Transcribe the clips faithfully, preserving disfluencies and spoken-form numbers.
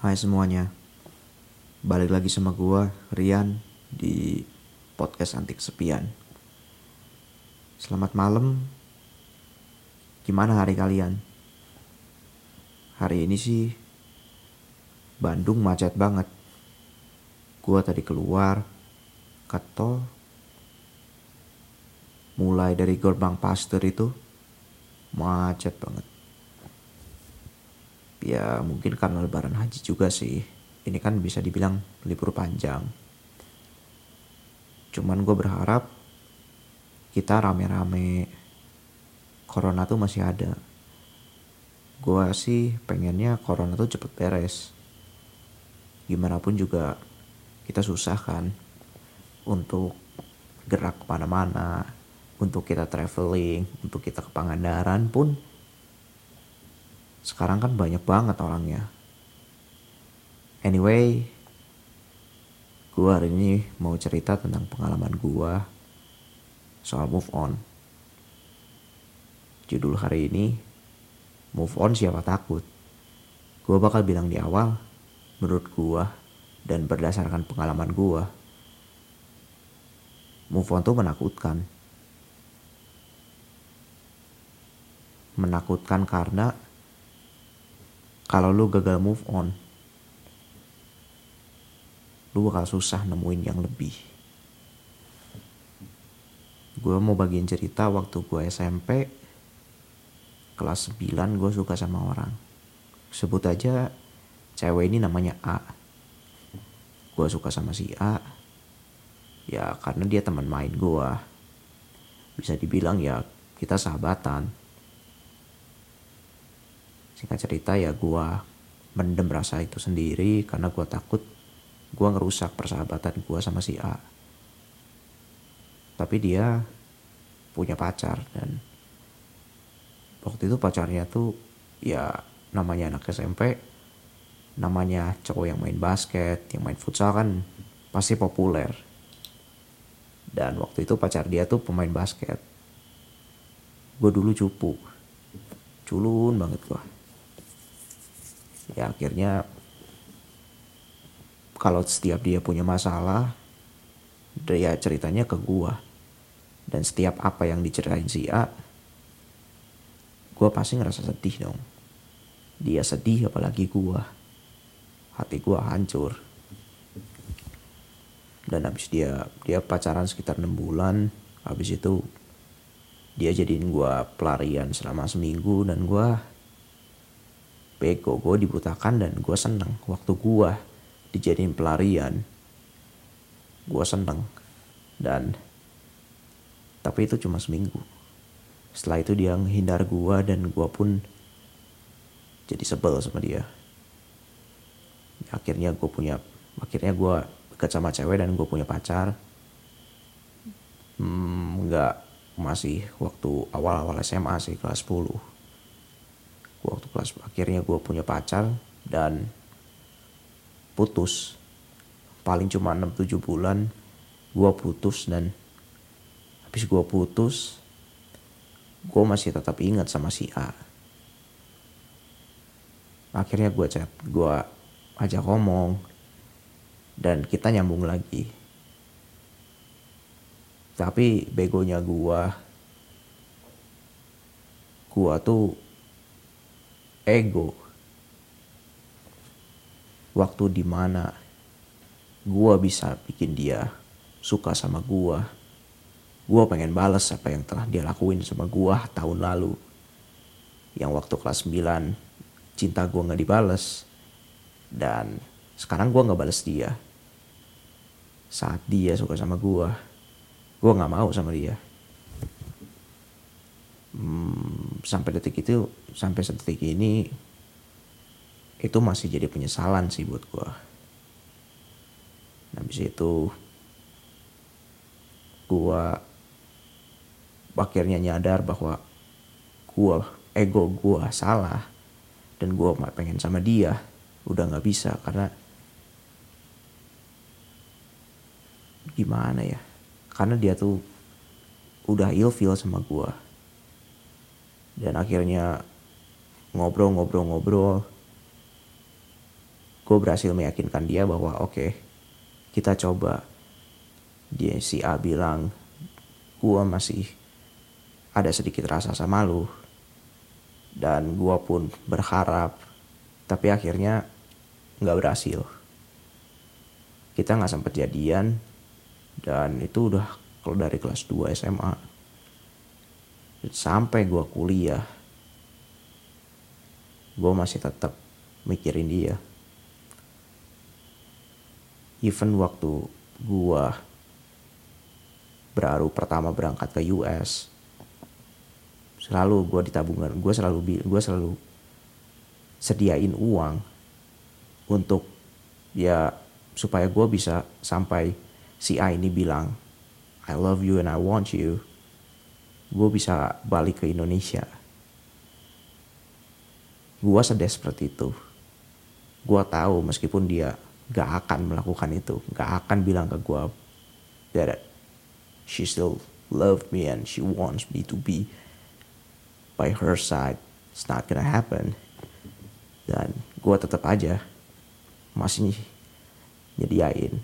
Hai semuanya, balik lagi sama gua, Rian, di podcast Antik Sepian. Selamat malam, gimana hari kalian? Hari ini sih Bandung macet banget. Gua tadi keluar, ke tol, mulai dari gerbang Pasteur itu, macet banget. Ya mungkin karena lebaran haji juga sih. Ini kan bisa dibilang libur panjang. Cuman gue berharap kita rame-rame, corona tuh masih ada. Gue sih pengennya corona tuh cepet beres. Gimana pun juga kita susah kan untuk gerak kemana-mana, untuk kita traveling, untuk kita ke Pangandaran pun sekarang kan banyak banget orangnya. Anyway, gue hari ini mau cerita tentang pengalaman gue soal move on. Judul hari ini, move on siapa takut. Gue bakal bilang di awal, menurut gue dan berdasarkan pengalaman gue, move on tuh menakutkan. Menakutkan karena kalau lu gagal move on, lu bakal susah nemuin yang lebih. Gue mau bagiin cerita waktu gue S M P kelas sembilan gue suka sama orang. Sebut aja cewek ini namanya A. Gue suka sama si A ya karena dia teman main gue. Bisa dibilang ya kita sahabatan. Singkat cerita ya gue mendem rasa itu sendiri karena gue takut gue ngerusak persahabatan gue sama si A. Tapi dia punya pacar dan waktu itu pacarnya tuh ya namanya anak S M P, namanya cowok yang main basket, yang main futsal kan pasti populer. Dan waktu itu pacar dia tuh pemain basket. Gue dulu cupu, culun banget gue. Ya akhirnya kalau setiap dia punya masalah, dia ceritanya ke gue. Dan setiap apa yang diceritain si A, gue pasti ngerasa sedih dong. Dia sedih apalagi gue. Hati gue hancur. Dan habis dia dia pacaran sekitar enam bulan. Habis itu dia jadiin gue pelarian selama seminggu. Dan gue bego, gue dibutakan dan gue seneng. Waktu gue dijadiin pelarian, gue seneng. Dan tapi itu cuma seminggu. Setelah itu dia menghindar gue dan gue pun jadi sebel sama dia. Akhirnya gue punya, akhirnya gue dekat sama cewek dan gue punya pacar. Hmm, enggak, masih waktu awal-awal S M A sih, kelas sepuluh. Gua waktu kelas, akhirnya gue punya pacar dan putus. Paling cuma enam tujuh bulan gue putus dan habis gue putus, gue masih tetap ingat sama si A. Akhirnya gue chat, gue ajak ngomong, dan kita nyambung lagi. Tapi begonya gue, gue tuh ego. Waktu dimana gue bisa bikin dia suka sama gue, gue pengen balas apa yang telah dia lakuin sama gue tahun lalu. Yang waktu kelas sembilan cinta gue gak dibales. Dan sekarang gue gak bales dia. Saat dia suka sama gue, gue gak mau sama dia. hmm, Sampai detik itu, sampai detik ini, itu masih jadi penyesalan sih buat gue. Habis itu gue akhirnya nyadar bahwa gue, ego gue salah dan gue pengen sama dia udah nggak bisa karena gimana ya, karena dia tuh udah ilfeel sama gue. Dan akhirnya ngobrol-ngobrol-ngobrol gue berhasil meyakinkan dia bahwa oke, okay, kita coba. Dia si A bilang gue masih ada sedikit rasa sama lu, dan gue pun berharap, tapi akhirnya nggak berhasil. Kita nggak sempat jadian, dan itu udah kalau dari kelas dua S M A sampai gue kuliah, gue masih tetap mikirin dia. Even waktu gue baru pertama berangkat ke U S, selalu gue di tabungan gue selalu gue selalu sediain uang untuk ya supaya gue bisa sampai si A ini bilang I love you and I want you, gue bisa balik ke Indonesia. Gue sedesperate itu. Gue tahu meskipun dia gak akan melakukan itu, gak akan bilang ke gue that she still love me and she wants me to be by her side. It's not gonna happen. Dan gue tetap aja masih nyediain.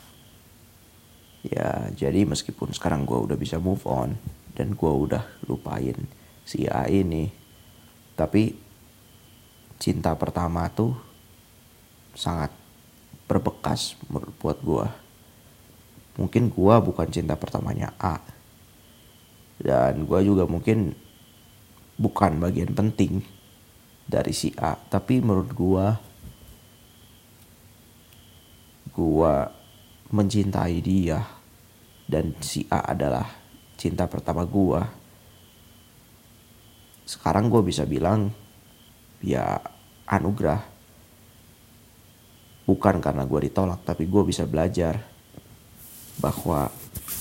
Ya jadi meskipun sekarang gue udah bisa move on dan gue udah lupain si A ini, tapi cinta pertama tuh sangat berbekas buat gue. Mungkin gue bukan cinta pertamanya A, dan gue juga mungkin bukan bagian penting dari si A, tapi menurut gue gue mencintai dia dan si A adalah cinta pertama gue. Sekarang gue bisa bilang ya anugerah, bukan karena gue ditolak, tapi gue bisa belajar bahwa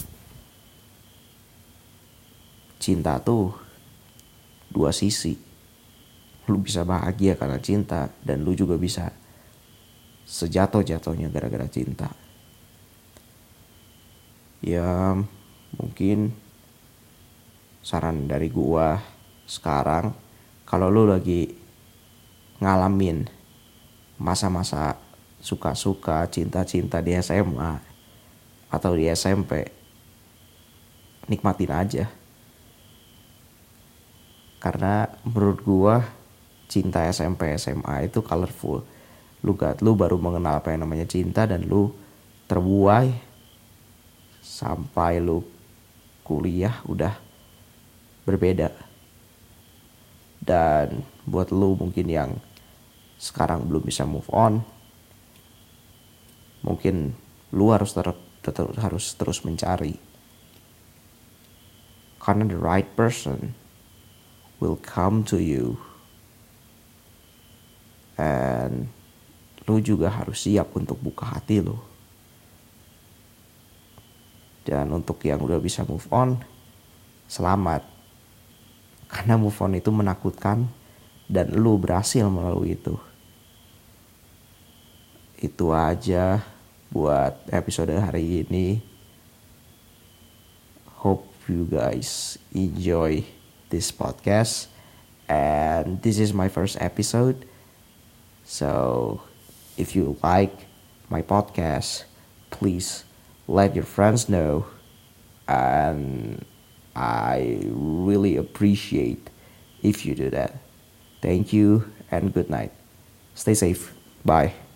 cinta tuh dua sisi. Lu bisa bahagia karena cinta, dan lu juga bisa sejatuh-jatuhnya gara-gara cinta. Ya mungkin saran dari gua sekarang, kalau lu lagi ngalamin masa-masa suka-suka, cinta-cinta di S M A atau di S M P, nikmatin aja. Karena menurut gua cinta S M P S M A itu colorful. Lu gak, lu baru mengenal apa yang namanya cinta, dan lu terbuai sampai lu kuliah udah berbeda. Dan buat lu mungkin yang sekarang belum bisa move on, mungkin lu harus ter- ter- harus terus mencari, karena the right person will come to you, and lu juga harus siap untuk buka hati lu. Dan untuk yang udah bisa move on, selamat, karena move on itu menakutkan dan lu berhasil melalui itu. Itu aja buat episode hari ini. Hope you guys enjoy this podcast, and this is my first episode. So if you like my podcast, please let your friends know, and I really appreciate if you do that. Thank you and good night. Stay safe. Bye.